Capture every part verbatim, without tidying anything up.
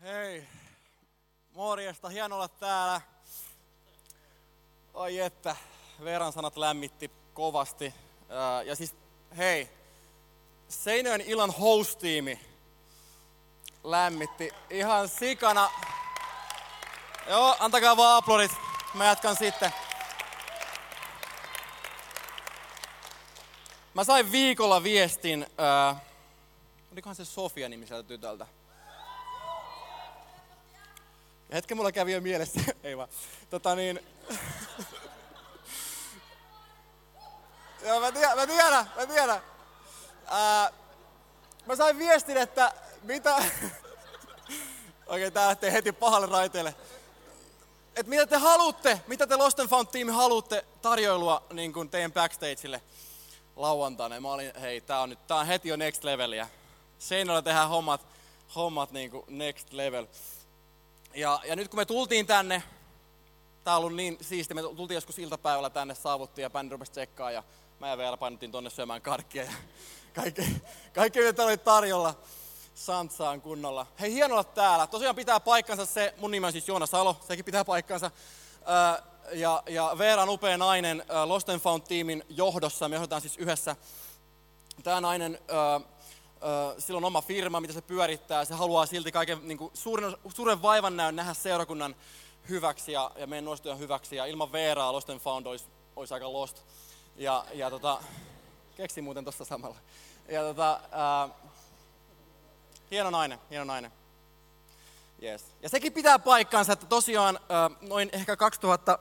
Hei, morjesta, hieno olla täällä. Ai että, Veeran sanat lämmitti kovasti. Ja siis, hei, Seinäjoen illan host-tiimi lämmitti ihan sikana. Joo, antakaa vaan aplodit, mä jatkan sitten. Mä sain viikolla viestin, äh, olikohan se Sofia-nimiseltä tytöltä. Ja hetken mulla kävi jo mielessä, ei vaan, tota niin... Joo, mä tiedän, mä tiedän, mä tiedän. Ää, mä sain viestin, että mitä... Okei, okay, tää lähtee heti pahalle raiteelle. Et mitä te haluatte, mitä te Lost and Found Team haluatte tarjoilua niin kuin teidän backstageille lauantaina. Ja mä olin, hei, tää on nyt, tää on heti jo next levelia. Seinällä tehdään hommat, hommat niin kuin next level. Ja, ja nyt kun me tultiin tänne, tää on ollut niin siisti, me tultiin joskus iltapäivällä tänne, saavuttiin ja bändi rupesi tsekkaa ja mä ja vielä painottiin tonne syömään karkkia ja kaikki, kaikki mitä oli tarjolla Santsaan kunnolla. Hei, hieno olla täällä. Tosiaan pitää paikkansa se, mun nimi on siis Joona Salo, sekin pitää paikkansa. Ää, ja, ja Veera on upea nainen ää, Lost and Found -tiimin johdossa, me johdetaan siis yhdessä. Tää nainen... Ää, Sillä on oma firma, mitä se pyörittää. Se haluaa silti kaiken, niin kuin, suuren, suuren vaivan näön nähdä seurakunnan hyväksi ja, ja meidän nuorisotyön hyväksi. Ja ilman Veeraa Lost and Found olisi, olisi aika lost. Ja, ja tota, keksin muuten tosta samalla. Ja tota, ää, hieno nainen, hieno nainen. Yes. Ja sekin pitää paikkansa, että tosiaan ää, noin ehkä kaksituhatta,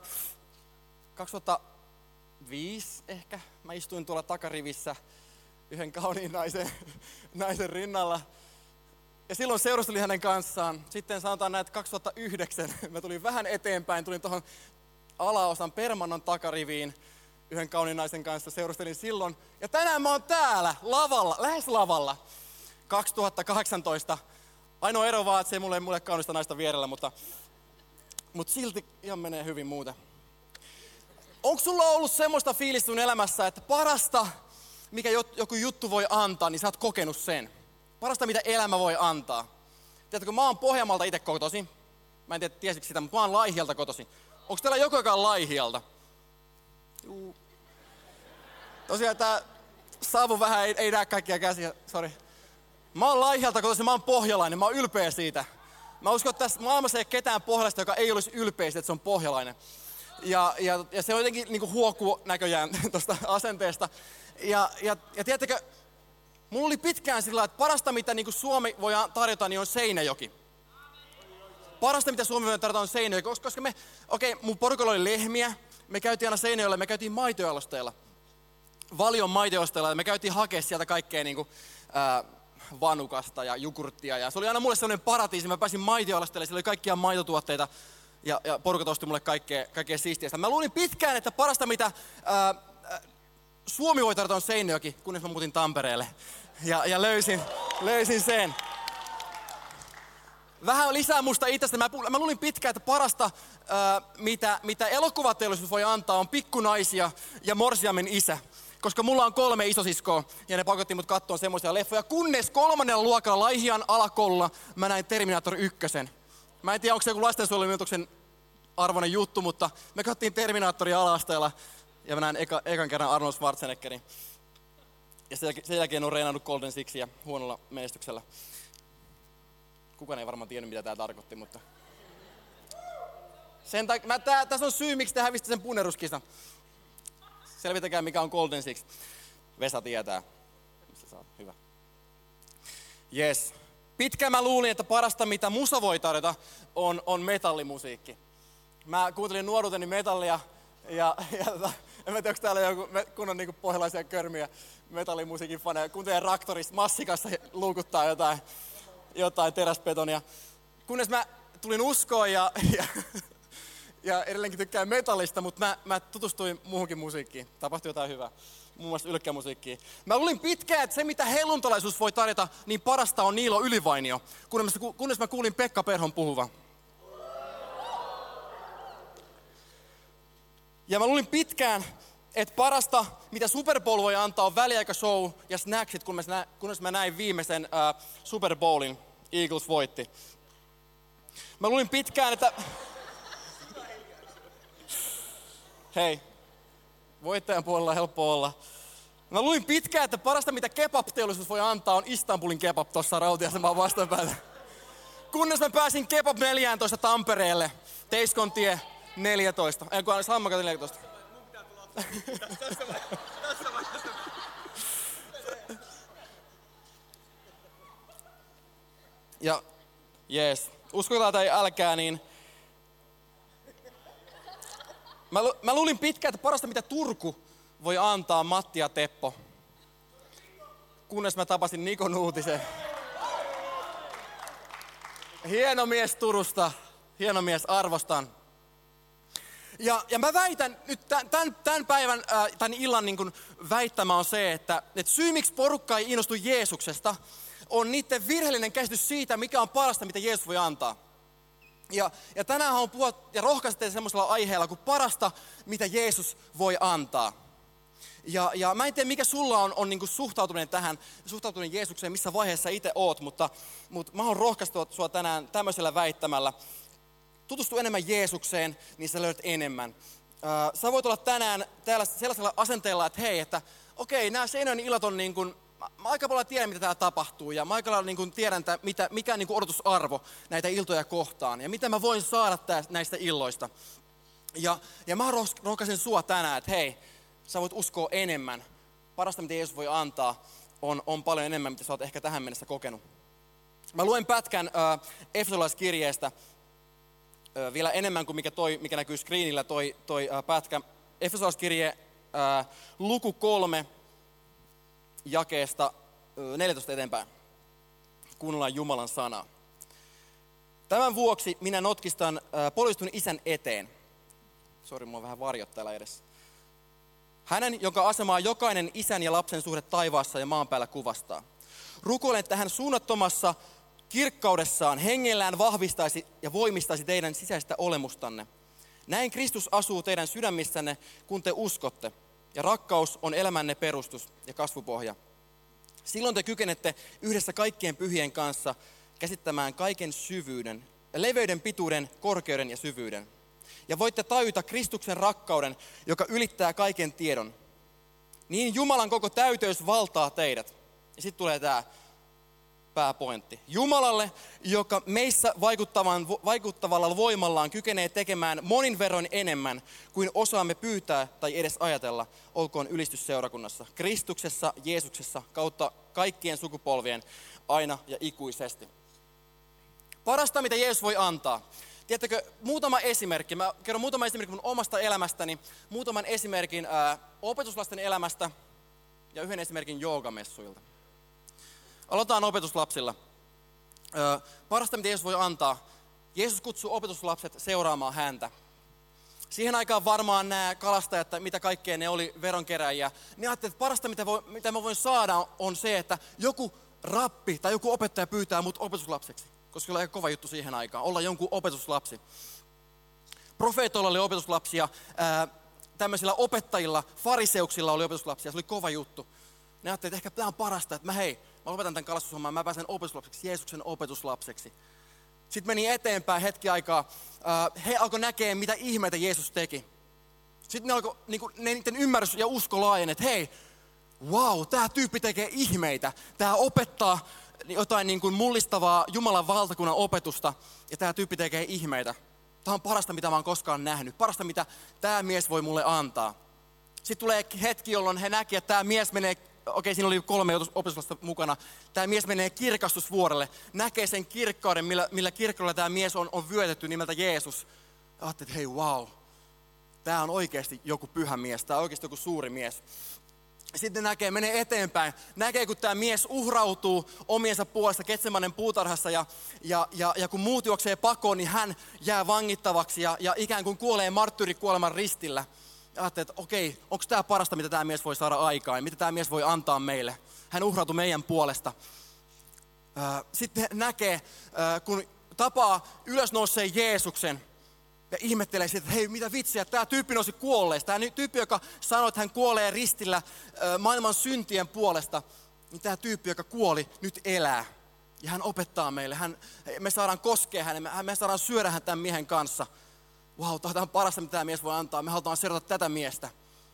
kaksituhattaviisi ehkä mä istuin tuolla takarivissä yhden kauniin naisen, naisen rinnalla. Ja silloin seurustelin hänen kanssaan. Sitten sanotaan näin, että kaksituhattayhdeksän mä tulin vähän eteenpäin, tulin tuohon alaosan permannon takariviin yhden kauniin naisen kanssa, seurustelin silloin. Ja tänään mä oon täällä, lavalla, lähes lavalla, kaksituhattakahdeksantoista. Ainoa ero vaan, että se ei mulle, mulle kaunista naista vierellä, mutta, mutta silti ihan menee hyvin muuten. Onko sulla ollut semmoista fiilistä sun elämässä, että parasta, mikä joku juttu voi antaa, niin sä oot kokenut sen. Parasta, mitä elämä voi antaa. Tiedätkö, mä oon Pohjanmaalta itse kotoisin. Mä en tiedä, tiesikö sitä, mutta mä oon Laihialta kotoisin. Onko täällä joku, joka on Laihialta? Juu. Tosiaan tää saavu vähän, ei, ei näe kaikkia käsiä, sori. Mä oon Laihialta kotoisin, mä oon pohjalainen, mä oon ylpeä siitä. Mä uskon, että tässä maailmassa ei ole ketään pohjalaista, joka ei olisi ylpeä siitä, että se on pohjalainen. Ja, ja, ja se on jotenkin niin kuin huokuu näköjään tuosta asenteesta. Ja, ja, ja tiedättekö, mulla oli pitkään sillä, että parasta mitä niin kuin Suomi voi tarjota, niin on Seinäjoki. Parasta mitä Suomi voi tarjota on Seinäjoki, koska me, okei, okay, mun porukalla oli lehmiä, me käytiin aina Seinäjoella, me käytiin maitojalosteella. Valion maitojalosteella ja me käytiin hakea sieltä kaikkea niin kuin, ää, vanukasta ja jogurttia. Ja se oli aina mulle sellainen paratiisi, mä pääsin maitojalosteelle, siellä oli kaikkia maitotuotteita. Ja, ja porukat osti mulle kaikkea, kaikkea siistiä. Mä luulin pitkään, että parasta mitä ää, Suomi voi tarjota on Seinäjoki, kunnes mä muutin Tampereelle. Ja, ja löysin, löysin sen. Vähän lisää musta itsestä. Mä, mä luulin pitkään, että parasta ää, mitä, mitä elokuvateollisuus voi antaa on Pikkunaisia ja Morsiamen isä. Koska mulla on kolme isosiskoa ja ne pakotti mut kattoon semmoisia leffoja. Kunnes kolmannella luokalla Laihian alakoululla mä näin Terminator ykkösen. Mä en tiedä, onko se joku lastensuojelumiltuksen arvoinen juttu, mutta me katsottiin Terminaattoria ala-asteella ja mä näin eka, ekan kerran Arnold Schwarzeneggerin. Ja sen, sen jälkeen on reenannut Golden Sixia huonolla menestyksellä. Kukaan ei varmaan tiennyt, mitä tää tarkoitti, mutta... Sen tak- mä, tää, tässä on syy, miksi te hävisitte sen puneruskisan. Selvitäkää, mikä on Golden Six. Vesa tietää. Missä sä oot? Hyvä. Yes. Pitkään mä luulin, että parasta mitä musa voi tarjota on, on metallimusiikki. Mä kuuntelin nuoruuteni metallia ja, ja tota, en tiedä, onko täällä joku kunnon niinku pohjalaisia körmiä metallimusiikin faneja. Kuuntelin Raktorista massikassa luukuttaa jotain, jotain teräsbetonia. Kunnes mä tulin uskoon ja, ja, ja edelleenkin tykkään metallista, mutta mä, mä tutustuin muuhunkin musiikkiin. Tapahtui jotain hyvää. Muun muassa ylkkämusiikkiin. Mä luulin pitkään, että se mitä helluntalaisuus voi tarjota, niin parasta on Niilo Ylivainio, kunnes, kunnes mä kuulin Pekka Perhon puhuvan. Ja mä luulin pitkään, että parasta mitä Super Bowl voi antaa on väliaikashow ja snacksit, kunnes mä, kunnes mä näin viimeisen uh, Super Bowlin, Eagles voitti. Mä luulin pitkään, että... Hei, voittajan puolella on helppo olla. Mä luulin pitkään, että parasta mitä kebab-teollisuus voi antaa on Istanbulin kebab tuossa Rautiasemaan vastaanpäällä. Kunnes mä pääsin kebab neljätoista Tampereelle, Teiskontie neljätoista. Ei kun Sammakati neljätoista. Mun pitää tulla tässä vaiheessa. Ja jees, uskotaan tai älkää, niin mä, lu- mä luulin pitkään, että parasta mitä Turku voi antaa Matti ja Teppo. Kunnes mä tapasin Niko Nuutisen. Hieno mies Turusta, hieno mies, arvostan. Ja, ja mä väitän nyt tämän, tämän päivän, äh, tämän illan niin kuin väittämä on se, että, että syy miksi porukka ei innostu Jeesuksesta, on niiden virheellinen käsitys siitä, mikä on parasta, mitä Jeesus voi antaa. Ja, ja tänään haluan puhua ja rohkaista teitä semmoisella aiheella kuin parasta, mitä Jeesus voi antaa. Ja, ja mä en tiedä, mikä sulla on, on niin kuin suhtautuminen tähän, suhtautuminen Jeesukseen, missä vaiheessa itse oot, mutta, mutta mä haluan rohkaistua sua tänään tämmöisellä väittämällä. Tutustu enemmän Jeesukseen, niin sä löydät enemmän. Äh, sä voit olla tänään täällä sellaisella asenteella, että hei, että okei, nämä Seinäjoen illat on niin kuin, mä aika paljon tiedän, mitä täällä tapahtuu, ja mä aika paljon niin kuin tiedän, että mitä, mikä on niin kuin odotusarvo näitä iltoja kohtaan, ja mitä mä voin saada tää, näistä illoista. Ja, ja mä rohkaisen sua tänään, että hei, sä voit uskoa enemmän. Parasta, mitä Jeesus voi antaa, on, on paljon enemmän, mitä sä oot ehkä tähän mennessä kokenut. Mä luen pätkän äh, Efesolaiskirjeestä äh, vielä enemmän kuin mikä, toi, mikä näkyy screenillä toi, toi äh, pätkä. Efesolaiskirje äh, luku kolme, jakeesta äh, neljätoista eteenpäin. Kuunnellaan Jumalan sanaa. Tämän vuoksi minä notkistan äh, polvistun isän eteen. Sori, mulla on vähän varjot täällä edessä. Hänen, jonka asemaa jokainen isän ja lapsen suhde taivaassa ja maan päällä kuvastaa. Rukoilen, että hän suunnattomassa kirkkaudessaan hengellään vahvistaisi ja voimistaisi teidän sisäistä olemustanne. Näin Kristus asuu teidän sydämissänne, kun te uskotte. Ja rakkaus on elämänne perustus ja kasvupohja. Silloin te kykenette yhdessä kaikkien pyhien kanssa käsittämään kaiken syvyyden, leveyden, pituuden, korkeuden ja syvyyden. Ja voitte tajuta Kristuksen rakkauden, joka ylittää kaiken tiedon. Niin Jumalan koko täyteys valtaa teidät. Ja sitten tulee tämä pääpointti. Jumalalle, joka meissä vaikuttavalla voimallaan kykenee tekemään monin verroin enemmän kuin osaamme pyytää tai edes ajatella, olkoon ylistys seurakunnassa, Kristuksessa, Jeesuksessa, kautta kaikkien sukupolvien, aina ja ikuisesti. Parasta, mitä Jeesus voi antaa. Tiedättekö, muutama esimerkki. Mä kerron muutama esimerkki mun omasta elämästäni, muutaman esimerkin ää, opetuslasten elämästä ja yhden esimerkin joogamessuilta. Aloitetaan opetuslapsilla. Ää, parasta, mitä Jeesus voi antaa. Jeesus kutsuu opetuslapset seuraamaan häntä. Siihen aikaan varmaan nämä kalastajat, mitä kaikkea ne oli veronkeräjiä, ne ajattelivat, että parasta, mitä, voi, mitä mä voin saada, on se, että joku rappi tai joku opettaja pyytää mut opetuslapseksi. Koska oli aika kova juttu siihen aikaan, olla jonkun opetuslapsi. Profeetoilla oli opetuslapsia, ää, tämmöisillä opettajilla, fariseuksilla oli opetuslapsia, se oli kova juttu. Ne ajattelivat, että ehkä tämä on parasta, että mä hei, mä lopetan tämän kalastushomman, mä pääsen opetuslapseksi, Jeesuksen opetuslapseksi. Sitten meni eteenpäin hetki aikaa, ää, he alkoi näkee, mitä ihmeitä Jeesus teki. Sitten ne alkoi, niin kuin, ne, niiden ymmärrys ja usko laajeni, että hei, wow, tämä tyyppi tekee ihmeitä, tämä opettaa jotain niin kuin mullistavaa Jumalan valtakunnan opetusta, ja tämä tyyppi tekee ihmeitä. Tämä on parasta, mitä mä oon koskaan nähnyt. Parasta, mitä tämä mies voi mulle antaa. Sitten tulee hetki, jolloin he näki, että tämä mies menee, okei, siinä oli kolme opetuslasta mukana, tämä mies menee kirkastusvuorelle, näkee sen kirkkauden, millä, millä kirkkaudella tämä mies on, on vyötetty nimeltä Jeesus. Ja ajattelin, että hei, wow, tämä on oikeasti joku pyhä mies, tämä on oikeasti joku suuri mies. Sitten näkee, menee eteenpäin, näkee kun tämä mies uhrautuu omiensa puolesta Getsemanen puutarhassa ja, ja, ja, ja kun muut juoksee pakoon, niin hän jää vangittavaksi ja, ja ikään kuin kuolee marttyyrikuoleman ristillä. Ja ajattelee, että okei, onko tämä parasta, mitä tämä mies voi saada aikaan ja mitä tämä mies voi antaa meille. Hän uhrautui meidän puolesta. Sitten näkee, kun tapaa ylösnouseen Jeesuksen, ja ihmettelee siitä, että hei, mitä vitsiä, tämä tyyppi nousi kuolleesta. Tämä tyyppi, joka sanoi, että hän kuolee ristillä maailman syntien puolesta, niin tämä tyyppi, joka kuoli, nyt elää. Ja hän opettaa meille. Hän, me saadaan koskea hänen, me, me saadaan syödä hän tämän miehen kanssa. Vau, wow, tämä on parasta, mitä tämä mies voi antaa. Me halutaan seurata tätä miestä.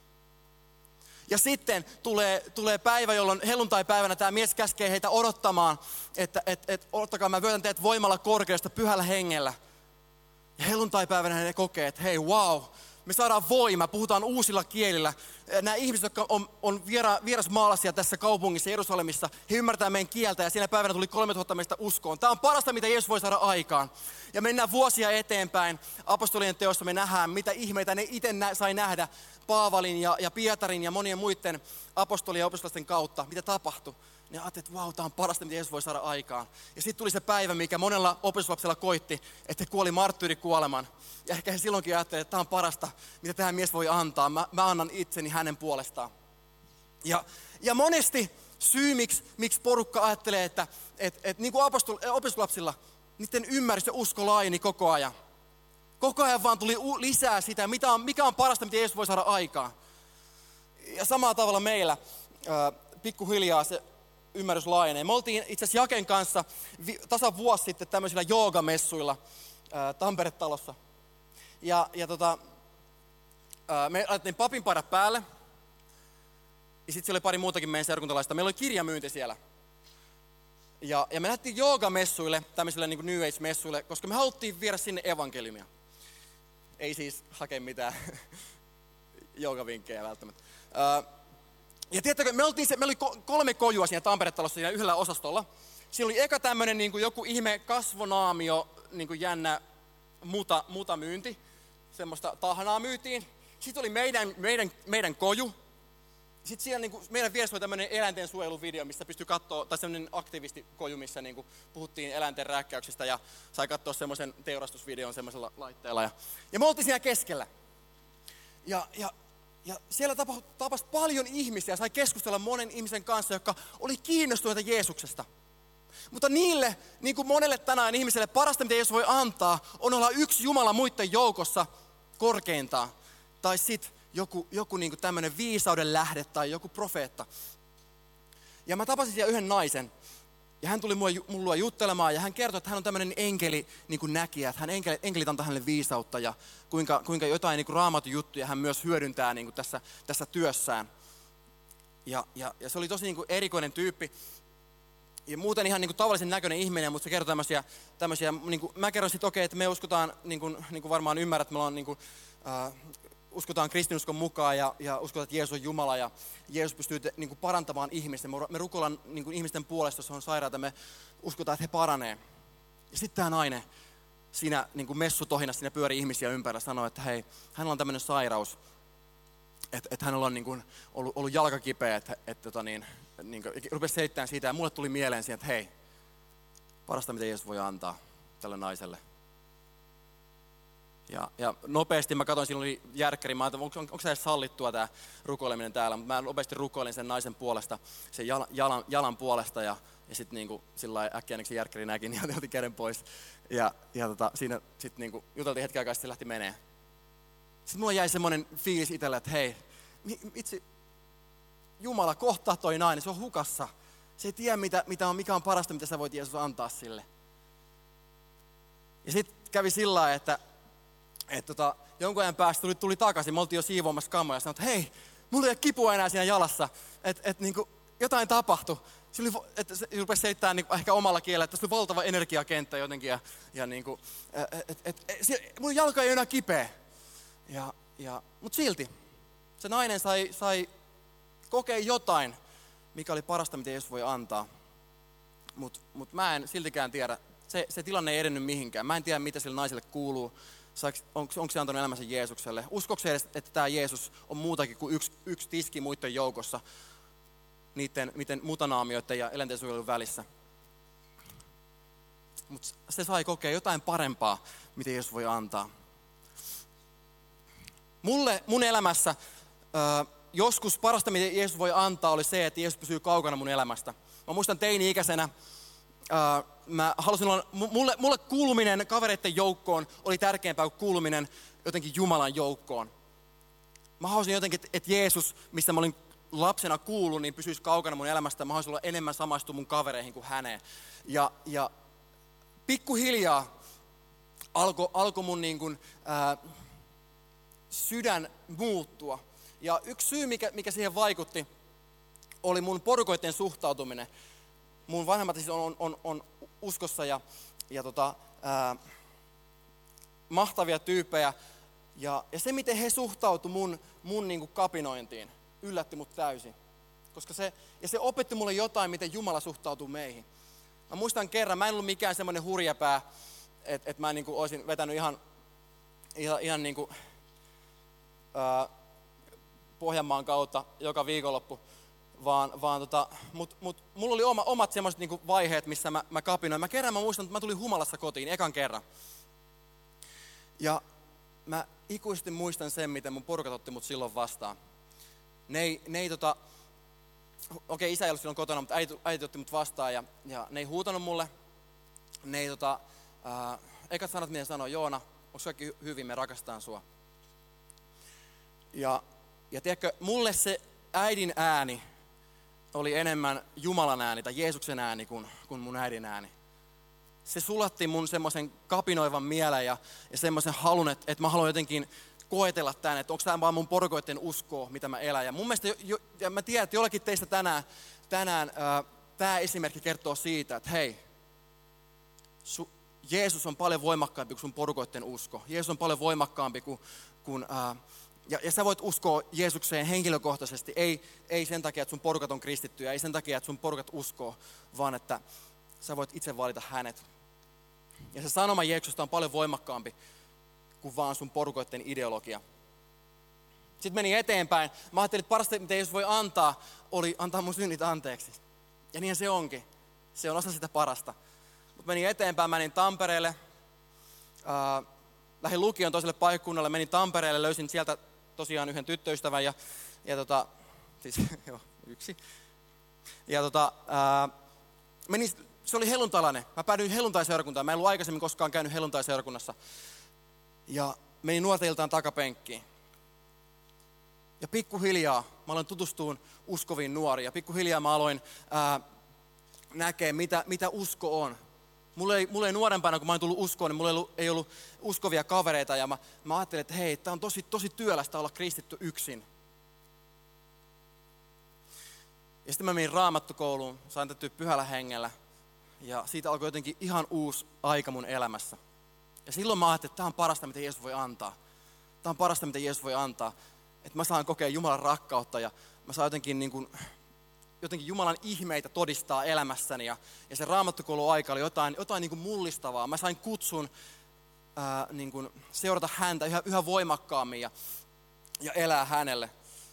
Ja sitten tulee, tulee päivä, jolloin helluntai-päivänä tämä mies käskee heitä odottamaan, että et, et, odottakaa, mä vyötän teidät voimalla korkeudesta pyhällä hengellä. Ja helluntai-päivänä he kokee, että hei, wow, me saadaan voima, puhutaan uusilla kielillä. Nämä ihmiset, jotka on, on viera, vierasmaalaisia tässä kaupungissa, Jerusalemissa, he ymmärtää meidän kieltä ja siinä päivänä tuli kolmetuhatta meistä uskoon. Tämä on parasta, mitä Jeesus voi saada aikaan. Ja mennään vuosia eteenpäin. Apostolien teossa me nähdään, mitä ihmeitä ne itse nä- sai nähdä Paavalin ja, ja Pietarin ja monien muiden apostolien ja opiskalaisten kautta, mitä tapahtui. Ne ajattelivat, että vau, tämä on parasta, mitä Jeesus voi saada aikaan. Ja sitten tuli se päivä, mikä monella opetuslapsella koitti, että he kuoli marttyyrikuoleman. Ja ehkä he silloinkin ajattelivat, että tämä on parasta, mitä tämä mies voi antaa. Mä, mä annan itseni hänen puolestaan. Ja, ja monesti syy, miksi, miksi porukka ajattelee, että et, et, niin kuin opetuslapsilla, niiden ymmärrys ja usko laajeni koko ajan. Koko ajan vaan tuli u- lisää sitä, mitä on, mikä on parasta, mitä Jeesus voi saada aikaan. Ja samalla tavalla meillä ää, pikkuhiljaa se ymmärrys laajenee. Me oltiin itse asiassa Jaken kanssa vi- tasan vuosi sitten tämmöisillä joogamessuilla ää, Tampere-talossa. Ja, ja tota, ää, me laitettiin papinpaidat päälle. Ja sitten siellä oli pari muutakin meidän seurakuntalaista. Meillä oli kirjamyynti siellä. Ja, ja me lähdettiin joogamessuille, tämmöisille niin kuin New Age-messuille, koska me haluttiin viedä sinne evankeliumia. Ei siis hakea mitään joogavinkkejä välttämättä. Ää, ja tiedättekö, me oltiin se, meillä oli kolme kojua siinä Tampere-talossa siinä yhdellä osastolla. Siinä oli eka tämmöinen niin kuin joku ihme kasvonaamio, niin kuin jännä muta, mutamyynti. Semmoista tahnaa myytiin. Sitten oli meidän, meidän, meidän koju. Sitten siellä niin kuin, meidän vieressä oli tämmöinen eläintensuojeluvideo, missä pystyi katsoa, tai semmoinen aktivistikoju, missä niin kuin, puhuttiin eläinten rääkkäyksestä ja sai katsoa semmoisen teurastusvideon semmoisella laitteella. Ja, ja me oltiin siinä keskellä. Ja, ja, ja siellä tapasi, tapasi paljon ihmisiä, sai keskustella monen ihmisen kanssa, jotka oli kiinnostuneita Jeesuksesta. Mutta niille, niin kuin monelle tänään ihmiselle, parasta mitä Jeesus voi antaa, on olla yksi Jumala muiden joukossa korkeintaan. Tai sitten joku, joku niin kuin tämmöinen viisauden lähde tai joku profeetta. Ja mä tapasin siellä yhden naisen. Ja hän tuli mulle juttelemaan ja hän kertoi, että hän on tämmöinen enkeli niin kuin näkijä. Että hän enkelit, enkelit antaa hänelle viisautta ja kuinka, kuinka jotain niin kuin raamatun juttuja hän myös hyödyntää niin kuin tässä, tässä työssään. Ja, ja, ja se oli tosi niin kuin erikoinen tyyppi. Ja muuten ihan niin kuin tavallisen näköinen ihminen, mutta se kertoi tämmöisiä, tämmöisiä niin kuin mä kerron sitten okei, okay, että me uskotaan, niin kuin, niin kuin varmaan ymmärrät, että me ollaan niin kuin, äh, uskotaan kristinuskon mukaan ja, ja uskotaan, että Jeesus on Jumala ja Jeesus pystyy te, niin kuin parantamaan ihmistä. Me rukoillaan niin kuin ihmisten puolesta, jos on sairaata, me uskotaan, että he paranee. Ja sitten tämä nainen siinä niin kuin messutohinassa, siinä pyöri ihmisiä ympärillä, sanoi, että hei, hänellä on tämmöinen sairaus, että, että hänellä on niin kuin ollut, ollut jalka kipeä, että, että tota niin, niin kuin, rupesi selittämään siitä ja mulle tuli mieleen siihen, että hei, parasta mitä Jeesus voi antaa tälle naiselle. Ja, ja nopeasti mä katsoin, silloin oli järkkäri, mä ajattelin, onko, onko se edes sallittua tämä rukoileminen täällä, mutta mä nopeasti rukoilin sen naisen puolesta, sen jalan, jalan, jalan puolesta ja, ja sitten niin sillä äkkiä se järkkäri näki, niin otin käden pois. Ja, ja tota, siinä sitten niin juteltiin hetken aikaa, sitten se lähti menee. Sitten mulla jäi semmoinen fiilis itselle, että hei, itse Jumala kohtaa toi nainen, se on hukassa. Se ei tiedä, mitä, mitä on, mikä on parasta, mitä sä voit Jeesus antaa sille. Ja sitten kävi sillä lailla, että et tota, jonkun ajan päästä tuli, tuli takaisin, me oltiin jo siivoamassa kammoja ja sanoi, että hei, mulla ei ole kipua enää siinä jalassa, että et, niinku, jotain tapahtui. Se, oli, et, se rupesi selittämään niinku, ehkä omalla kielellä, että se oli valtava energiakenttä jotenkin ja, ja niinku, et, et, et, se, mun jalka ei ole enää kipeä. Ja, ja, mutta silti se nainen sai, sai kokea jotain, mikä oli parasta, mitä Jeesus voi antaa. Mutta mut mä en siltikään tiedä, se, se tilanne ei edennyt mihinkään. Mä en tiedä, mitä sille naiselle kuuluu. Onko, onko se antanut elämänsä Jeesukselle? Uskoiko se edes, että tämä Jeesus on muutakin kuin yksi, yksi tiski muiden joukossa, niiden, niiden mutanaamioiden ja eläintensuojelun välissä? Mutta se sai kokea jotain parempaa, mitä Jeesus voi antaa. Mulle, mun elämässä ö, joskus parasta, mitä Jeesus voi antaa, oli se, että Jeesus pysyy kaukana mun elämästä. Mä muistan teini-ikäisenä, ö, mä halusin olla, mulle, mulle kuuluminen kavereiden joukkoon oli tärkeämpää kuin kuuluminen jotenkin Jumalan joukkoon. Mä halusin jotenkin, että Jeesus, mistä mä olin lapsena kuullut, niin pysyisi kaukana mun elämästä. Mä haluaisin olla enemmän samaistua mun kavereihin kuin häneen. Ja, ja pikkuhiljaa alkoi alko mun niin kuin, ää, sydän muuttua. Ja yksi syy, mikä, mikä siihen vaikutti, oli mun porukoiden suhtautuminen. Mun vanhemmat siis on, on, on, on uskossa ja, ja tota, ää, mahtavia tyyppejä. Ja, ja se, miten he suhtautuivat mun, mun niin kuin kapinointiin, yllätti mut täysin. Koska se, ja se opetti mulle jotain, miten Jumala suhtautuu meihin. Mä muistan kerran, mä en ollut mikään semmoinen hurjapää, että et mä niin kuin olisin vetänyt ihan, ihan, ihan niin kuin, ää, Pohjanmaan kautta joka viikonloppu. Vaan, vaan tota, mut, mut, mulla oli oma, omat semmoiset niinku vaiheet, missä mä, mä kapinoin. Mä kerran mä muistan, että mä tulin humalassa kotiin, ekan kerran. Ja mä ikuisesti muistan sen, miten mun porukat otti mut silloin vastaan. Ne ei, ne ei tota, okei, isä ei ollut silloin kotona, mutta äiti, äiti otti mut vastaan ja, ja ne ei huutanut mulle. Ne ei tota, ää, ekat sanat, miten sanoi, Joona, onko kaikki hyvin, me rakastaan sua. Ja, ja tiedätkö, mulle se äidin ääni oli enemmän Jumalan ääni tai Jeesuksen ääni kuin, kuin mun äidin ääni. Se sulatti mun semmoisen kapinoivan mielen ja, ja semmoisen halun, että, että mä haluan jotenkin koetella tämän, että onko tämä vaan mun porukoiden uskoa, mitä mä elän. Ja mun mielestä, jo, ja mä tiedän, että jollakin teistä tänään, tänään ää, tämä esimerkki kertoo siitä, että hei, su, Jeesus on paljon voimakkaampi kuin sun porukoiden usko. Jeesus on paljon voimakkaampi kuin, kuin ää, Ja, ja sä voit uskoa Jeesukseen henkilökohtaisesti, ei, ei sen takia, että sun porukat on kristittyjä, ei sen takia, että sun porukat uskoo, vaan että sä voit itse valita hänet. Ja se sanoma Jeesuksesta on paljon voimakkaampi kuin vaan sun porukoiden ideologia. Sitten meni eteenpäin. Mä ajattelin, että parasta, mitä Jeesus voi antaa, oli antaa mun synnit anteeksi. Ja niin se onkin. Se on osa sitä parasta. Mutta menin eteenpäin, menin Tampereelle. Ää, lähdin lukion toiselle paikkakunnalle, menin Tampereelle, löysin sieltä tosiaan yhden tyttöystävän ja, ja tota, siis joo, yksi. Ja tota, ää, menin, se oli helluntalainen. Mä päädyin helluntaiseurakuntaan. Mä en ollut aikaisemmin koskaan käynyt helluntaiseurakunnassa. Ja menin nuorten iltaan takapenkkiin. Ja pikkuhiljaa mä aloin tutustumaan uskoviin nuoriin. Ja pikkuhiljaa mä aloin ää, näkee, mitä, mitä usko on. Mulla ei, mulla ei nuorempana, kun mä olin tullut uskoon, niin mulla ei ollut, ei ollut uskovia kavereita. Ja mä, mä ajattelin, että hei, tää on tosi, tosi työlästä olla kristitty yksin. Ja sitten mä menin raamattukouluun, sain täytyä pyhällä hengellä. Ja siitä alkoi jotenkin ihan uusi aika mun elämässä. Ja silloin mä ajattelin, että tää on parasta, mitä Jeesus voi antaa. Tää on parasta, mitä Jeesus voi antaa. Että mä saan kokea Jumalan rakkautta ja mä saan jotenkin, niin kuin, jotenkin Jumalan ihmeitä todistaa elämässäni. Ja, ja se raamattukouluaika oli jotain, jotain niin kuin mullistavaa. Mä sain kutsun ää, niin kuin seurata häntä yhä, yhä voimakkaammin ja, ja elää hänelle.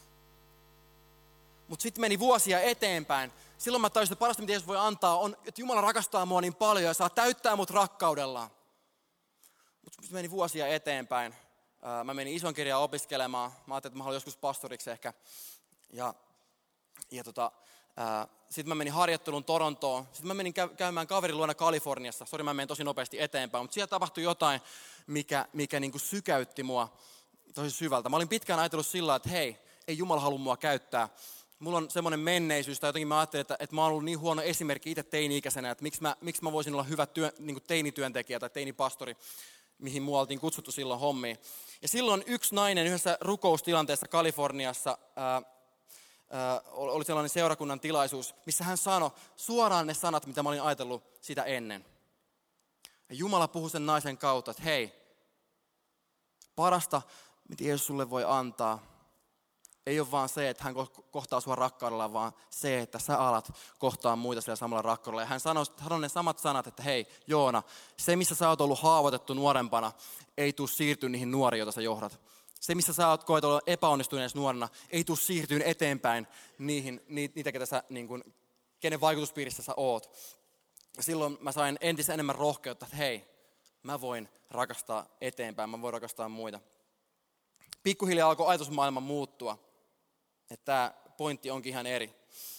Mutta sitten meni vuosia eteenpäin. Silloin mä tajusin, että parasta, mitä Jeesus voi antaa, on, että Jumala rakastaa mua niin paljon ja saa täyttää mut rakkaudellaan. Mutta sitten meni vuosia eteenpäin. Mä menin ison kirjaa opiskelemaan. Mä ajattelin, että mä haluan joskus pastoriksi ehkä. Ja, ja tota, sitten mä menin harjoitteluun Torontoon. Sitten mä menin käymään kaverin luona Kaliforniassa. Sori, mä menin tosi nopeasti eteenpäin. Mutta siellä tapahtui jotain, mikä, mikä niinku sykäytti mua tosi syvältä. Mä olin pitkään ajatellut sillä, että hei, ei Jumala halua mua käyttää. Mulla on semmoinen menneisyys, tai jotenkin mä ajattelin, että, että mä oon ollut niin huono esimerkki itse teini-ikäisenä, että miksi mä, miksi mä voisin olla hyvä työ, niin kuin teinityöntekijä tai teinipastori, mihin mua oltiin kutsuttu silloin hommiin. Ja silloin yksi nainen yhdessä rukoustilanteessa Kaliforniassa, ää, ää, oli sellainen seurakunnan tilaisuus, missä hän sanoi suoraan ne sanat, mitä mä olin ajatellut sitä ennen. Ja Jumala puhui sen naisen kautta, että hei, parasta, mitä Jeesus sulle voi antaa, ei ole vaan se, että hän kohtaa sua rakkaudella, vaan se, että sä alat kohtaa muita sillä samalla rakkaudella. Ja hän sanoi, sanoi ne samat sanat, että hei Joona, se missä sä oot ollut haavoitettu nuorempana, ei tule siirtyä niihin nuoriin, joita sä johdat. Se missä sä oot koet olla epäonnistuneessa nuorena, ei tule siirtyä eteenpäin niihin, niitä, ketä sä, niin kuin, kenen vaikutuspiirissä sä oot. Ja silloin mä sain entistä enemmän rohkeutta, että hei, mä voin rakastaa eteenpäin, mä voin rakastaa muita. Pikkuhiljaa alkoi ajatusmaailma muuttua. Että tämä pointti onkin ihan eri.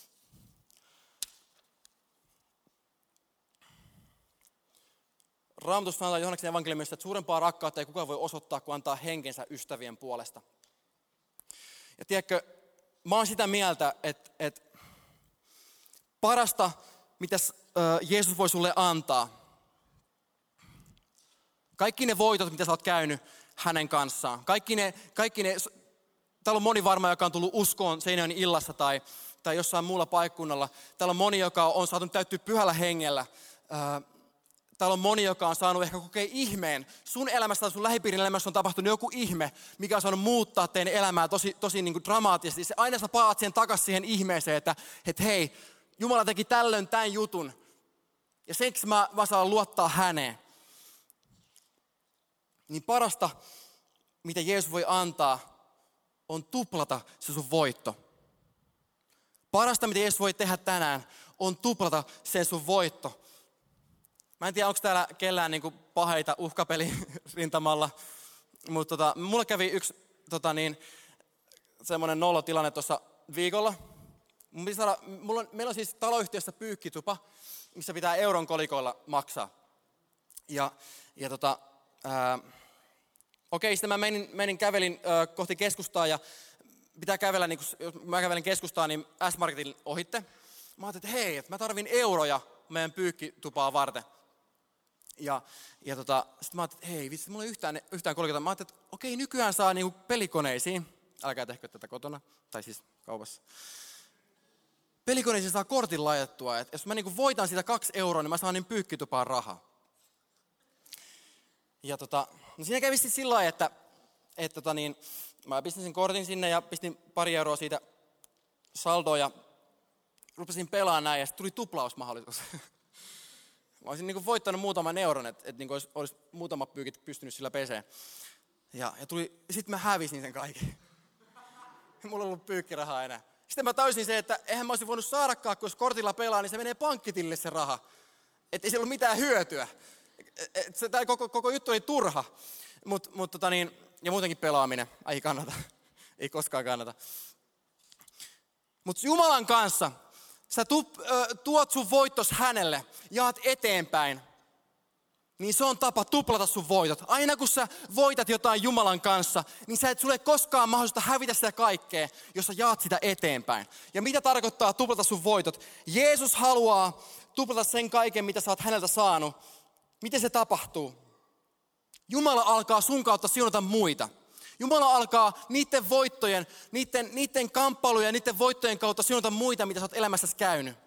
Raamatussa sanotaan Johanneksen evankeliumissa, että suurempaa rakkautta ei kukaan voi osoittaa, kun antaa henkensä ystävien puolesta. Ja tiedätkö, mä oon sitä mieltä, että, että parasta, mitä Jeesus voi sulle antaa, kaikki ne voitot, mitä sä oot käynyt hänen kanssaan, kaikki ne, kaikki ne täällä on moni varmaan, joka on tullut uskoon Seinäjoen illassa tai, tai jossain muulla paikkunnalla. Täällä on moni, joka on saatu täyttyä pyhällä hengellä. Täällä on moni, joka on saanut ehkä kokea ihmeen. Sun elämässä tai sun lähipiirin elämässä on tapahtunut joku ihme, mikä on saanut muuttaa teidän elämää tosi, tosi niin kuin dramaattisesti. Se aina sä paat siihen takaisin siihen ihmeeseen, että, että hei, Jumala teki tällöin tämän jutun. Ja siksi mä, mä saan luottaa häneen. Niin parasta, mitä Jeesus voi antaa, on tuplata se sun voitto. Parasta, mitä Jeesus voi tehdä tänään, on tuplata se sun voitto. Mä en tiedä, onko täällä kellään niinku paheita uhkapelirintamalla, mutta tota, mulla kävi yksi tota niin, semmoinen nolotilanne tuossa viikolla. Saada, mulla on, meillä on siis taloyhtiössä pyykkitupa, missä pitää euron kolikoilla maksaa. Ja, ja tota, ää, okei, sitten mä menin, menin kävelin ää, kohti keskustaa ja pitää kävellä, niin kun, jos mä kävelen keskustaan, niin S-Marketin ohitte. Mä ajattelin, että hei, että mä tarvin euroja meidän pyykkitupaa varten. Ja, ja tota, sitten mä ajattelin, että hei, vitsi, mulla ei yhtään, yhtään kolikoita. Mä ajattelin, että okei, nykyään saa niinku pelikoneisiin, älkää tehkö tätä kotona, tai siis kaupassa. Pelikoneisiin saa kortin laitettua, että jos mä niinku voitan siitä kaksi euroa, niin mä saan niin pyykkitupaan rahaa. Ja tota, no siinä kävi sitten sillä lailla, että, että tota niin, mä pistin sen kortin sinne ja pistin pari euroa siitä saldoa ja rupesin pelaamaan näin ja sitten tuli tuplausmahdollisuus. Mä olisin niin kuin voittanut muutaman euron, että, että niin kuin olisi, olisi muutamat pyykit pystynyt sillä peseen. Ja, ja sitten mä hävisin sen kaiken. Mulla ei ollut pyykkirahaa enää. Sitten mä täysin se, että eihän mä olisin voinut saadakaan, kun jos kortilla pelaa, niin se menee pankkitille se raha. Että ei sillä ole mitään hyötyä. Tämä koko, koko juttu oli turha. Mut, mut, tota niin, ja muutenkin pelaaminen. Ei kannata. Ei koskaan kannata. Mutta Jumalan kanssa sä tu, ö, tuot sun voittos hänelle, jaat eteenpäin. Niin se on tapa tuplata sun voitot. Aina kun sä voitat jotain Jumalan kanssa, niin sä et sulle koskaan mahdollista hävitä sitä kaikkea, jos sä jaat sitä eteenpäin. Ja mitä tarkoittaa tuplata sun voitot? Jeesus haluaa tuplata sen kaiken, mitä sä oot häneltä saanut. Miten se tapahtuu? Jumala alkaa sun kautta siunata muita. Jumala alkaa niiden voittojen, niiden, niiden kamppailujen ja niiden voittojen kautta siunata muita, mitä sä oot elämässäsi käynyt.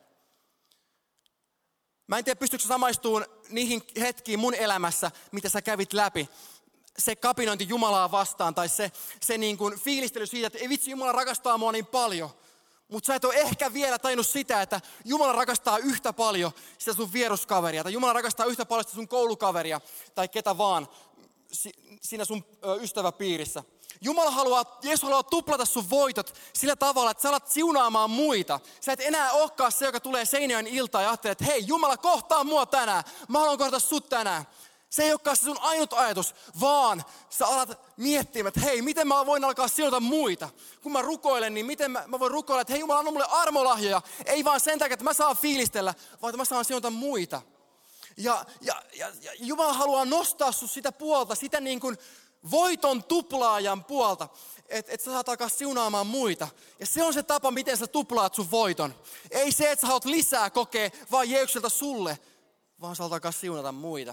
Mä en tiedä, pystytkö samaistumaan niihin hetkiin mun elämässä, mitä sä kävit läpi. Se kapinointi Jumalaa vastaan tai se, se niin kuin fiilistely siitä, että ei vitsi, Jumala rakastaa mua niin paljon. Mutta sä et ole ehkä vielä tajunnut sitä, että Jumala rakastaa yhtä paljon sitä sun vieruskaveria. Tai Jumala rakastaa yhtä paljon sitä sun koulukaveria tai ketä vaan siinä sun ystäväpiirissä. Jumala haluaa, Jeesus haluaa tuplata sun voitot sillä tavalla, että sä alat siunaamaan muita. Sä et enää olekaan se, joka tulee Seinäjoen iltaan ja ajattelee, että hei, Jumala kohtaa mua tänään. Mä haluan kohdata sut tänään. Se ei olekaan se sun ainut ajatus, vaan sä alat miettimään, että hei, miten mä voin alkaa siunata muita. Kun mä rukoilen, niin miten mä, mä voin rukoilla, että hei, Jumala anna mulle armolahjoja. Ei vaan sen takia, että mä saan fiilistellä, vaan että mä saan siunata muita. Ja, ja, ja, ja Jumala haluaa nostaa sut sitä puolta, sitä niin kuin voiton tuplaajan puolta, että et sä saat alkaa siunaamaan muita. Ja se on se tapa, miten sä tuplaat sun voiton. Ei se, että sä haluat lisää kokea vaan Jeesukselta sulle, vaan sä alkaa siunata muita.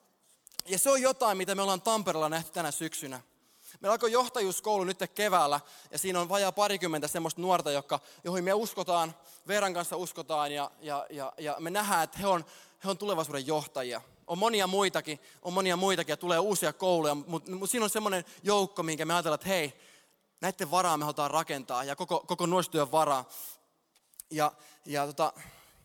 Ja se on jotain, mitä me ollaan Tampereella nähty tänä syksynä. Meillä alkoi johtajuuskoulu nyt keväällä, ja siinä on vajaa parikymmentä semmoista nuorta, jotka, joihin me uskotaan, Veeran kanssa uskotaan, ja, ja, ja, ja me nähdään, että he on, he on tulevaisuuden johtajia. On monia muitakin, on monia muitakin, ja tulee uusia kouluja, mutta mut siinä on semmoinen joukko, minkä me ajatellaan, että hei, näiden varaa me halutaan rakentaa, ja koko, koko nuorisotyön varaa. Ja, ja tota,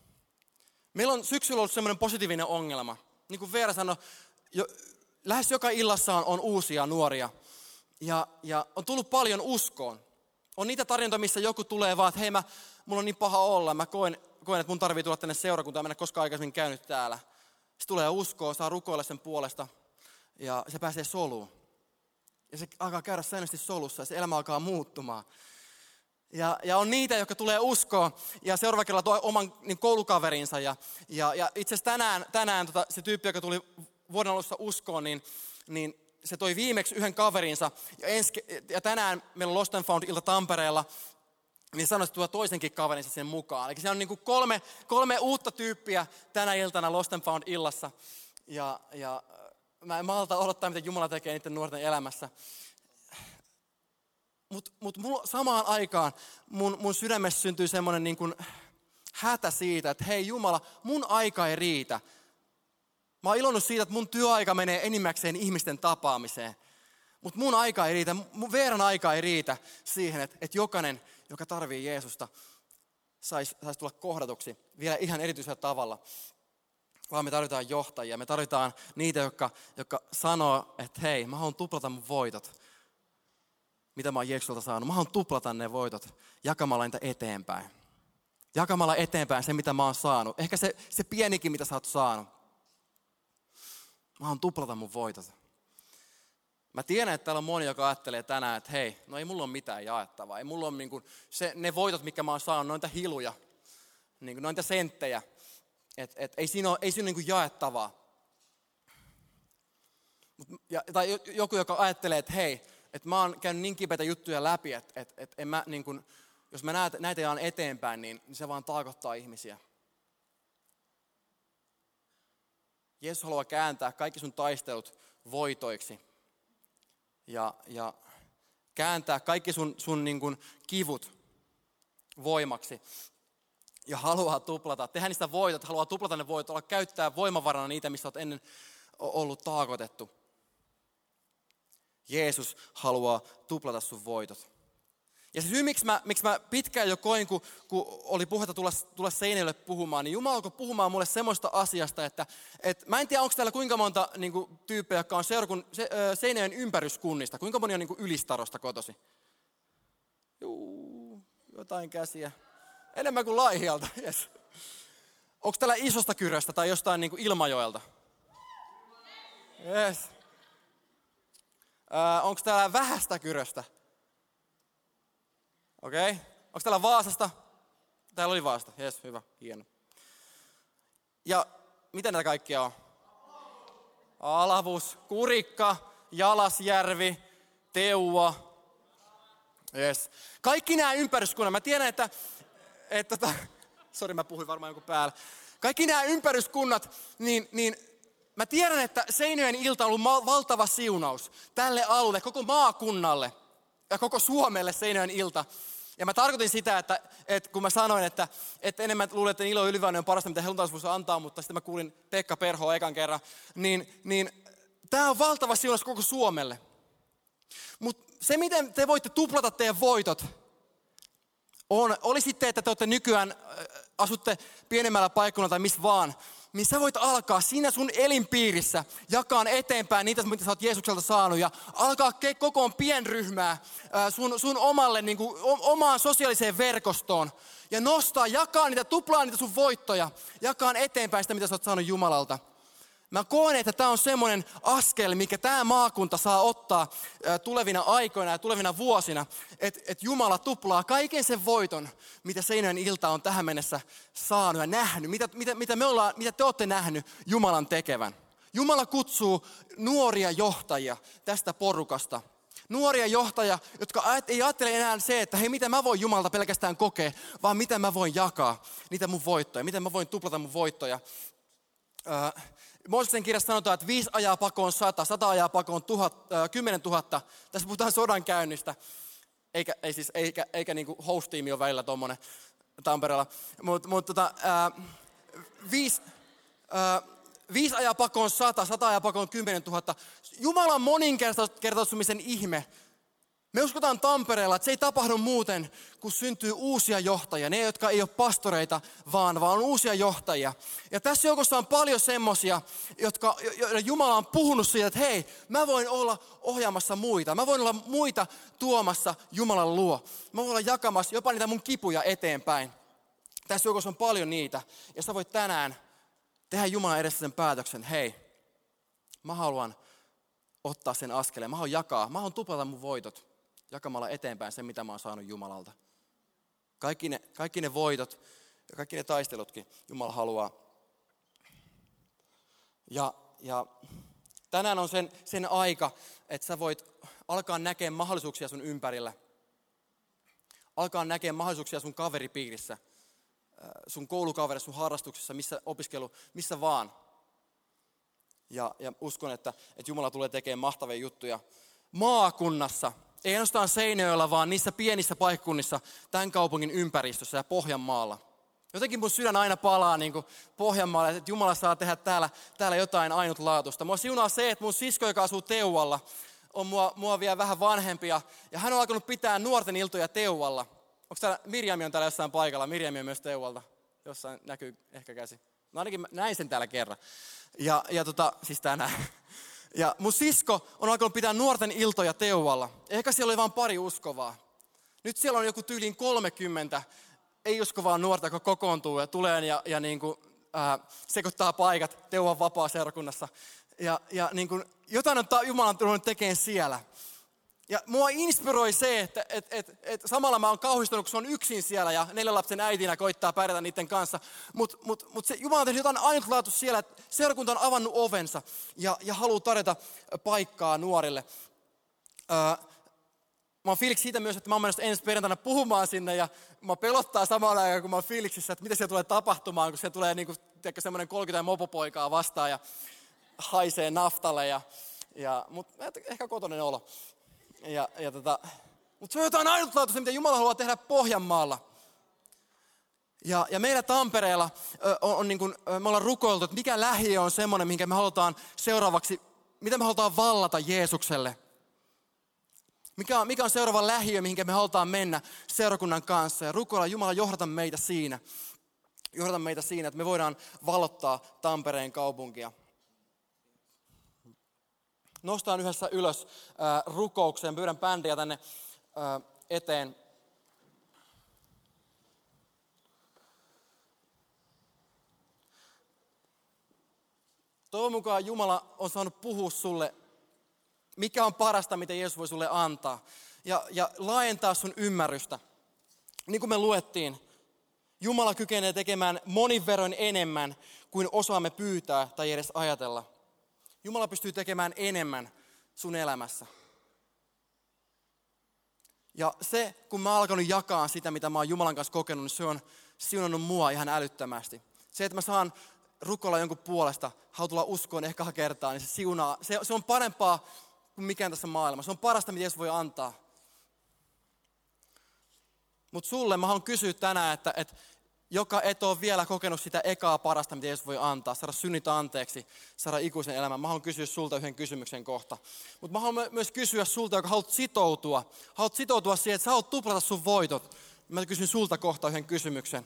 meillä on syksyllä ollut semmoinen positiivinen ongelma. Niin kuin Veera sanoi, jo, lähes joka illassa on, on uusia nuoria. Ja, ja on tullut paljon uskoon. On niitä tarjontoja, missä joku tulee vaan, että hei, mä, mulla on niin paha olla. Mä koen, koen että mun tarvii tulla tänne seurakuntaan, mä en koskaan aikaisemmin käynyt täällä. Se tulee uskoon, saa rukoilla sen puolesta ja se pääsee soluun. Ja se alkaa käydä säännöllisesti solussa ja se elämä alkaa muuttumaan. Ja, ja on niitä, jotka tulee uskoon ja seuraava kerralla tuo oman niin koulukaverinsa. Ja, ja, ja itse asiassa tänään, tänään tota, se tyyppi, joka tuli vuoden alussa uskoon, niin, niin se toi viimeksi yhden kaverinsa. Ja, ensi, ja tänään meillä on Lost and Found-ilta Tampereella. niin sanoi, että tuo toisenkin kaverinsa sen mukaan. Eli siellä on niin kuin kolme, kolme uutta tyyppiä tänä iltana Lost and Found illassa. Ja, ja mä en malta odottaa, mitä Jumala tekee niiden nuorten elämässä. Mutta mut samaan aikaan mun, mun sydämessä syntyy semmoinen niin kuin hätä siitä, että hei Jumala, mun aika ei riitä. Mä oon ilonnut siitä, että mun työaika menee enimmäkseen ihmisten tapaamiseen. Mutta mun aika ei riitä, mun Veeran aika ei riitä siihen, että, että jokainen, joka tarvii Jeesusta, saisi sais tulla kohdatuksi vielä ihan erityisellä tavalla. Vaan me tarvitaan johtajia, me tarvitaan niitä, jotka, jotka sanoo, että hei, mä haluan tuplata mun voitot. Mitä mä oon Jeesukselta saanut. Mä haluan tuplata ne voitot jakamalla niitä eteenpäin. Jakamalla eteenpäin se, mitä mä oon saanut. Ehkä se, se pienikin, mitä sä oot saanut. Mä haluan tuplata mun voitot. Mä tiedän, että täällä on moni, joka ajattelee tänään, että hei, no ei mulla ole mitään jaettavaa. Ei mulla ole niin kuin se, ne voitot, mitkä mä oon saanut, noita hiluja, niin kuin noita senttejä. Et, et, ei siinä ole, ei siinä ole niin kuin jaettavaa. Ja, tai joku, joka ajattelee, että hei, että mä oon käynyt niin kipeitä juttuja läpi, että et, et en mä, niin kuin, jos mä näitä, näitä jaan eteenpäin, niin, niin se vaan taakottaa ihmisiä. Jeesus haluaa kääntää kaikki sun taistelut voitoiksi. Ja, ja kääntää kaikki sun, sun niin kuin kivut voimaksi. Ja haluaa tuplata, tehdä niistä voitot, haluaa tuplata ne voitot, olla käyttää voimavarana niitä, missä olet ennen ollut taakotettu. Jeesus haluaa tuplata sun voitot. Ja se syy, miksi mä, miksi mä pitkään jo koin, kun, kun oli puhetta tulla, tulla Seinäjoelle puhumaan, niin Jumala alkoi puhumaan mulle semmoista asiasta, että, että mä en tiedä, onko täällä kuinka monta niin kuin, tyyppejä, jotka on seurakunnan se, Seinäjoen ympäryskunnista. Kuinka moni on niin kuin Ylistarosta kotosi? Juu, jotain käsiä. Enemmän kuin Laihialta, yes. Onko täällä Isosta Kyröstä tai jostain niin kuin Ilmajoelta? Yes. Äh, onko täällä Vähästä Kyröstä? Okei. Okay. Onko täällä Vaasasta? Täällä oli Vaasasta. Jes, hyvä, hieno. Ja mitä näitä kaikkia on? Alavus, Kurikka, Jalasjärvi, Teua. Jes. Kaikki nämä ympäryskunnat. Mä tiedän, että... että sori, mä puhuin varmaan jonkun päällä. Kaikki nämä ympäryskunnat, niin... niin mä tiedän, että Seinäjoen ilta on ollut valtava siunaus tälle alueelle, koko maakunnalle ja koko Suomelle Seinäjoen ilta. Ja mä tarkoitin sitä, että, että kun mä sanoin, että, että enemmän luulen, että Ilo Yliväinen on parasta, mitä helluntaisuus antaa, mutta sitten mä kuulin Pekka Perhoa ekan kerran, niin, niin tää on valtava siunaus koko Suomelle. Mutta se, miten te voitte tuplata teidän voitot, on, oli sitten, että te olette nykyään, asutte pienemmällä paikalla tai missä vaan, niin sä voit alkaa siinä sun elinpiirissä jakaa eteenpäin niitä, mitä sä oot Jeesukselta saanut. Ja alkaa kokoon pienryhmää sun, sun omalle, niin kuin, omaan sosiaaliseen verkostoon. Ja nostaa, jakaa niitä, tuplaa niitä sun voittoja. Jakaa eteenpäin sitä, mitä sä oot saanut Jumalalta. Mä koen, että tämä on semmoinen askel, mikä tämä maakunta saa ottaa tulevina aikoina ja tulevina vuosina, että et Jumala tuplaa kaiken sen voiton, mitä Seinäjoen ilta on tähän mennessä saanut ja nähnyt, mitä, mitä, mitä, me ollaan, mitä te olette nähnyt Jumalan tekevän. Jumala kutsuu nuoria johtajia tästä porukasta. Nuoria johtajia, jotka ei ajattele enää se, että hei, mitä mä voin Jumalalta pelkästään kokea, vaan mitä mä voin jakaa niitä mun voittoja, miten mä voin tuplata mun voittoja. Äh, Mooseksen kirjassa sanotaan, että viisi ajaa pakoon sata, sata ajaa pakoon tuhat, äh, kymmenen tuhatta. Tässä puhutaan sodan käynnistä, eikä, ei siis, eikä, eikä niin kuin host-tiimi ole välillä tuommoinen Tampereella. Mutta mut, tota, äh, viisi, äh, viisi ajaa pakoon sata, sata ajaa pakoon kymmenen tuhatta. Jumalan moninkertaistumisen ihme. Me uskotaan Tampereella, että se ei tapahdu muuten, kun syntyy uusia johtajia. Ne, jotka ei ole pastoreita, vaan, vaan on uusia johtajia. Ja tässä joukossa on paljon semmosia, jotka joilla Jumala on puhunut siitä, että hei, mä voin olla ohjaamassa muita. Mä voin olla muita tuomassa Jumalan luo. Mä voin olla jakamassa jopa niitä mun kipuja eteenpäin. Tässä joukossa on paljon niitä. Ja sä voit tänään tehdä Jumalan edessä sen päätöksen, hei, mä haluan ottaa sen askeleen. Mä haluan jakaa, mä haluan tuplata mun voitot. Jakamalla eteenpäin sen, mitä mä oon saanut Jumalalta. Kaikki ne, kaikki ne voitot ja kaikki ne taistelutkin Jumala haluaa. Ja, ja tänään on sen, sen aika, että sä voit alkaa näkemään mahdollisuuksia sun ympärillä. alkaa näkemään mahdollisuuksia sun kaveripiirissä, sun koulukaverissa, sun harrastuksessa, missä opiskelu, missä vaan. Ja, ja uskon, että, että Jumala tulee tekemään mahtavia juttuja maakunnassa. Ei ainoastaan Seinäjoella, vaan niissä pienissä paikkunnissa tämän kaupungin ympäristössä ja Pohjanmaalla. Jotenkin mun sydän aina palaa niin kuin Pohjanmaalle, että Jumala saa tehdä täällä, täällä jotain ainutlaatuista. Mua siunaa se, että mun sisko, joka asuu Teualla, on mua, mua vielä vähän vanhempia. Ja hän on alkanut pitää nuorten iltoja Teualla. Onko täällä, Mirjami on täällä jossain paikalla, Mirjami on myös Teualta. Jossain näkyy ehkä käsi. No ainakin mä näin sen täällä kerran. Ja, ja tota, siis tänään. Ja mun sisko on alkanut pitää nuorten iltoja Teualla. Ehkä siellä oli vain pari uskovaa. Nyt siellä on joku tyyliin kolmekymmentä ei-uskovaa nuorta, joka kokoontuu ja tulee ja, ja niin kuin, ää, sekoittaa paikat Teuvan vapaa-seurakunnassa. Ja, ja niin kuin, jotain on Jumala tullut tekemään siellä. Ja mua inspiroi se, että et, et, et samalla mä oon kauhistunut, kun se on yksin siellä ja neljän lapsen äitinä koittaa pärjätä niiden kanssa. Mutta mut, mut se Jumala on tehnyt jotain ainutlaatuista siellä, että seurakunta on avannut ovensa ja, ja haluaa tarjota paikkaa nuorille. Öö, mä oon fiiliksi siitä myös, että mä oon menossa ensi perjantaina puhumaan sinne ja mä pelottaa samalla aikaa, kun mä oon fiiliksissä, että mitä siellä tulee tapahtumaan, kun siellä tulee niinku, semmoinen kolmekymmentä mopopoikaa vastaan ja haisee naftalle. Ja, ja, mutta ehkä kotoinen olo. Ja, ja tota, mutta se on jotain ainutlaatuista, mitä Jumala haluaa tehdä Pohjanmaalla. Ja, ja meillä Tampereella on, on niin kuin, me ollaan rukoiltu, että mikä lähiö on semmoinen, minkä me halutaan seuraavaksi, mitä me halutaan vallata Jeesukselle. Mikä on, mikä on seuraava lähiö, mihinkä me halutaan mennä seurakunnan kanssa. Ja rukoilla Jumala johdata meitä siinä. Johdata meitä siinä, että me voidaan vallottaa Tampereen kaupunkia. Nostaan yhdessä ylös äh, rukoukseen. Pyydän bändiä tänne äh, eteen. Toivon mukaan Jumala on saanut puhua sulle, mikä on parasta, mitä Jeesus voi sulle antaa. Ja, ja laajentaa sun ymmärrystä. Niin kuin me luettiin, Jumala kykenee tekemään monin verroin enemmän kuin osaamme pyytää tai edes ajatella. Jumala pystyy tekemään enemmän sun elämässä. Ja se, kun mä oon alkanut jakaa sitä, mitä mä oon Jumalan kanssa kokenut, niin se on siunannut mua ihan älyttömästi. Se, että mä saan rukoilla jonkun puolesta, haluan tulla uskoon ekaa kertaa, niin se siunaa. Se, se on parempaa kuin mikään tässä maailmassa. Se on parasta, mitä Jeesus voi antaa. Mutta sulle mä haluan kysyä tänään, että, että joka et ole vielä kokenut sitä ekaa parasta, mitä Jeesus voi antaa, saada synnit anteeksi, saada ikuisen elämän. Mä haluan kysyä sulta yhden kysymyksen kohta. Mutta mä haluan myös kysyä sulta, joka haluat sitoutua. Haluat sitoutua siihen, että sä haluat tuplata sun voitot. Mä kysyn sulta kohta yhden kysymyksen.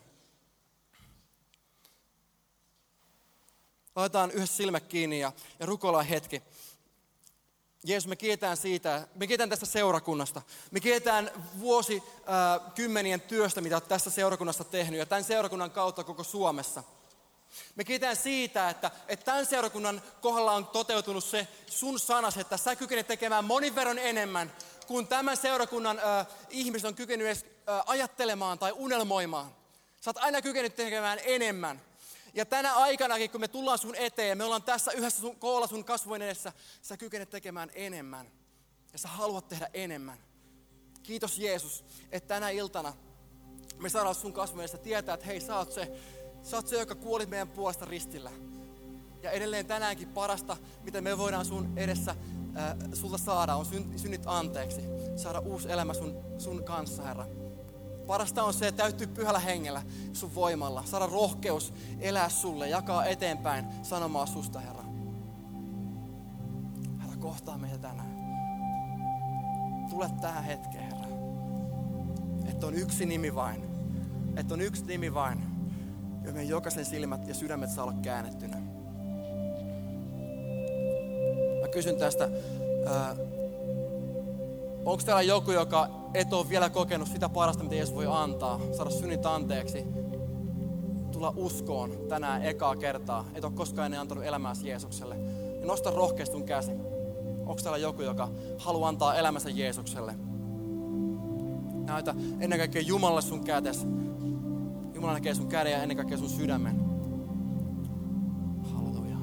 Laitetaan yhdessä silmät kiinni ja, ja rukoillaan hetki. Jeesus, me kiitään siitä, me kiitään tästä seurakunnasta. Me kiitään vuosikymmenien työstä, mitä olet tässä seurakunnassa tehnyt ja tämän seurakunnan kautta koko Suomessa. Me kiitään siitä, että, että tämän seurakunnan kohdalla on toteutunut se sun sanas, että sä kykenet tekemään monin verran enemmän kuin tämän seurakunnan äh, ihmiset on kykenyt edes äh, ajattelemaan tai unelmoimaan. Sä oot aina kykenyt tekemään enemmän. Ja tänä aikanakin, kun me tullaan sun eteen, me ollaan tässä yhdessä sun, koolla sun kasvojen edessä, sä kykenet tekemään enemmän. Ja sä haluat tehdä enemmän. Kiitos Jeesus, että tänä iltana me saadaan sun kasvojen edessä tietää, että hei, sä oot se, sä oot se, joka kuolit meidän puolesta ristillä. Ja edelleen tänäänkin parasta, mitä me voidaan sun edessä äh, sulta saada, on syn, synnit anteeksi. Saada uusi elämä sun, sun kanssa, Herra. Parasta on se, että täyttyy pyhällä hengellä sun voimalla. Saada rohkeus elää sulle, jakaa eteenpäin sanomaa susta, Herra. Herra, kohtaa meitä tänään. Tule tähän hetkeen, Herra. Että on yksi nimi vain. Että on yksi nimi vain. Ja meidän jokaisen silmät ja sydämet saa olla käännettynä. Mä kysyn tästä. Ää, Onko täällä joku, joka et ole vielä kokenut sitä parasta, mitä Jeesus voi antaa, saada synnit anteeksi, tulla uskoon tänään ekaa kertaa, et ole koskaan ennen antanut elämääsi Jeesukselle. Ja nosta rohkeasti sun käsi. Onko täällä joku, joka haluaa antaa elämänsä Jeesukselle? Näytä ennen kaikkea Jumalalle sun kätes. Jumala näkee sun käden ja ennen kaikkea sun sydämen. Halleluja.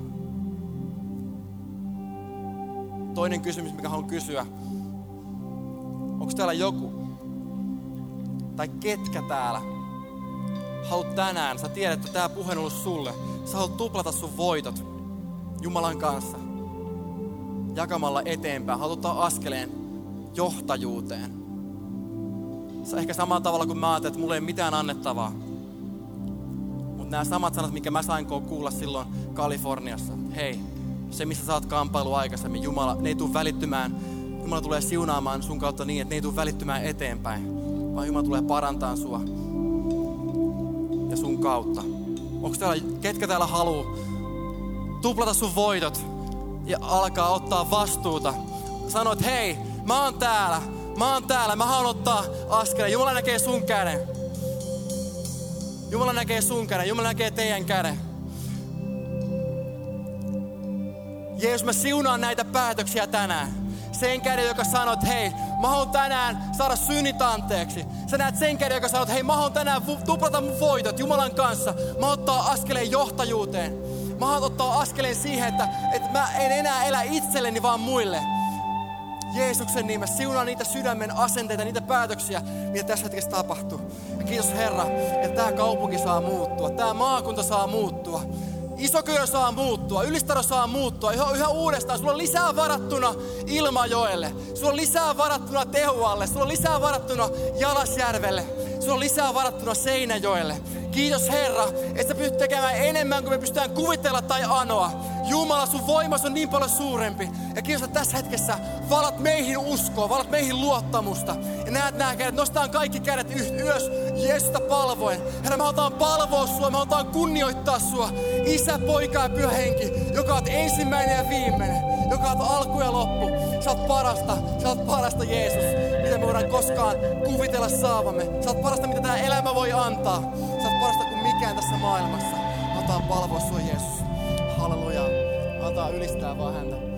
Toinen kysymys, mikä haluan kysyä. Onko täällä joku tai ketkä täällä haluat tänään, sä tiedät, että tää puhe on ollut sulle. Sä haluat tuplata sun voitot Jumalan kanssa jakamalla eteenpäin. Haluat ottaa askeleen johtajuuteen. Sä ehkä samalla tavalla kuin mä ajattelin, että mulla ei mitään annettavaa. Mutta nämä samat sanat, minkä mä sain kuulla silloin Kaliforniassa. Hei, se missä sä oot kampailu aikaisemmin, Jumala, ne ei tule välittymään. Jumala tulee siunaamaan sun kautta niin, että ne ei tule välittymään eteenpäin. Vaan Jumala tulee parantamaan sua ja sun kautta. Onko täällä, ketkä täällä haluu tuplata sun voitot ja alkaa ottaa vastuuta? Sano, että hei, mä oon täällä, mä oon täällä, mä haluan ottaa askeleen. Jumala näkee sun käden. Jumala näkee sun käden, Jumala näkee teidän käden. Jeesus, mä siunaan näitä päätöksiä tänään. Sen käden, joka sanoo, että hei, mä haluan tänään saada synnit anteeksi. Sä näet sen käden, joka sanoo, että hei, mä haluan tänään tuplata mun voitot Jumalan kanssa. Mä haluan ottaa askeleen johtajuuteen. Mä haluan ottaa askeleen siihen, että, että mä en enää elä itselleni, vaan muille. Jeesuksen nimessä siunaa niitä sydämen asenteita, niitä päätöksiä, mitä tässä hetkessä tapahtuu. Ja kiitos Herra, että tämä kaupunki saa muuttua, tämä maakunta saa muuttua. Isokyrö saa muuttua, Ylistaro saa muuttua yhä, yhä uudestaan. Sulla on lisää varattuna Ilmajoelle, sulla on lisää varattuna Tehualle, sulla on lisää varattuna Jalasjärvelle, sulla on lisää varattuna Seinäjoelle. Kiitos Herra, että sä pystyt tekemään enemmän kuin me pystytään kuvitella tai anoa. Jumala, sun voimas on niin paljon suurempi. Ja kiitos, että tässä hetkessä valat meihin uskoa, valat meihin luottamusta. Ja näet nämä kädet, nostetaan kaikki kädet ylös Jeesusta palvoen. Herra, me halutaan palvoa sua, me halutaan kunnioittaa sua. Isä, Poika ja Pyhä Henki, joka oot ensimmäinen ja viimeinen, joka oot alku ja loppu. Sä oot parasta, sä oot parasta Jeesus, mitä me voidaan koskaan kuvitella saavamme. Sä oot parasta, mitä tämä elämä voi antaa. Sä oot parasta kuin mikään tässä maailmassa. Halutaan palvoa sua Jeesus. Halleluja. Halutaan ylistää vaan häntä.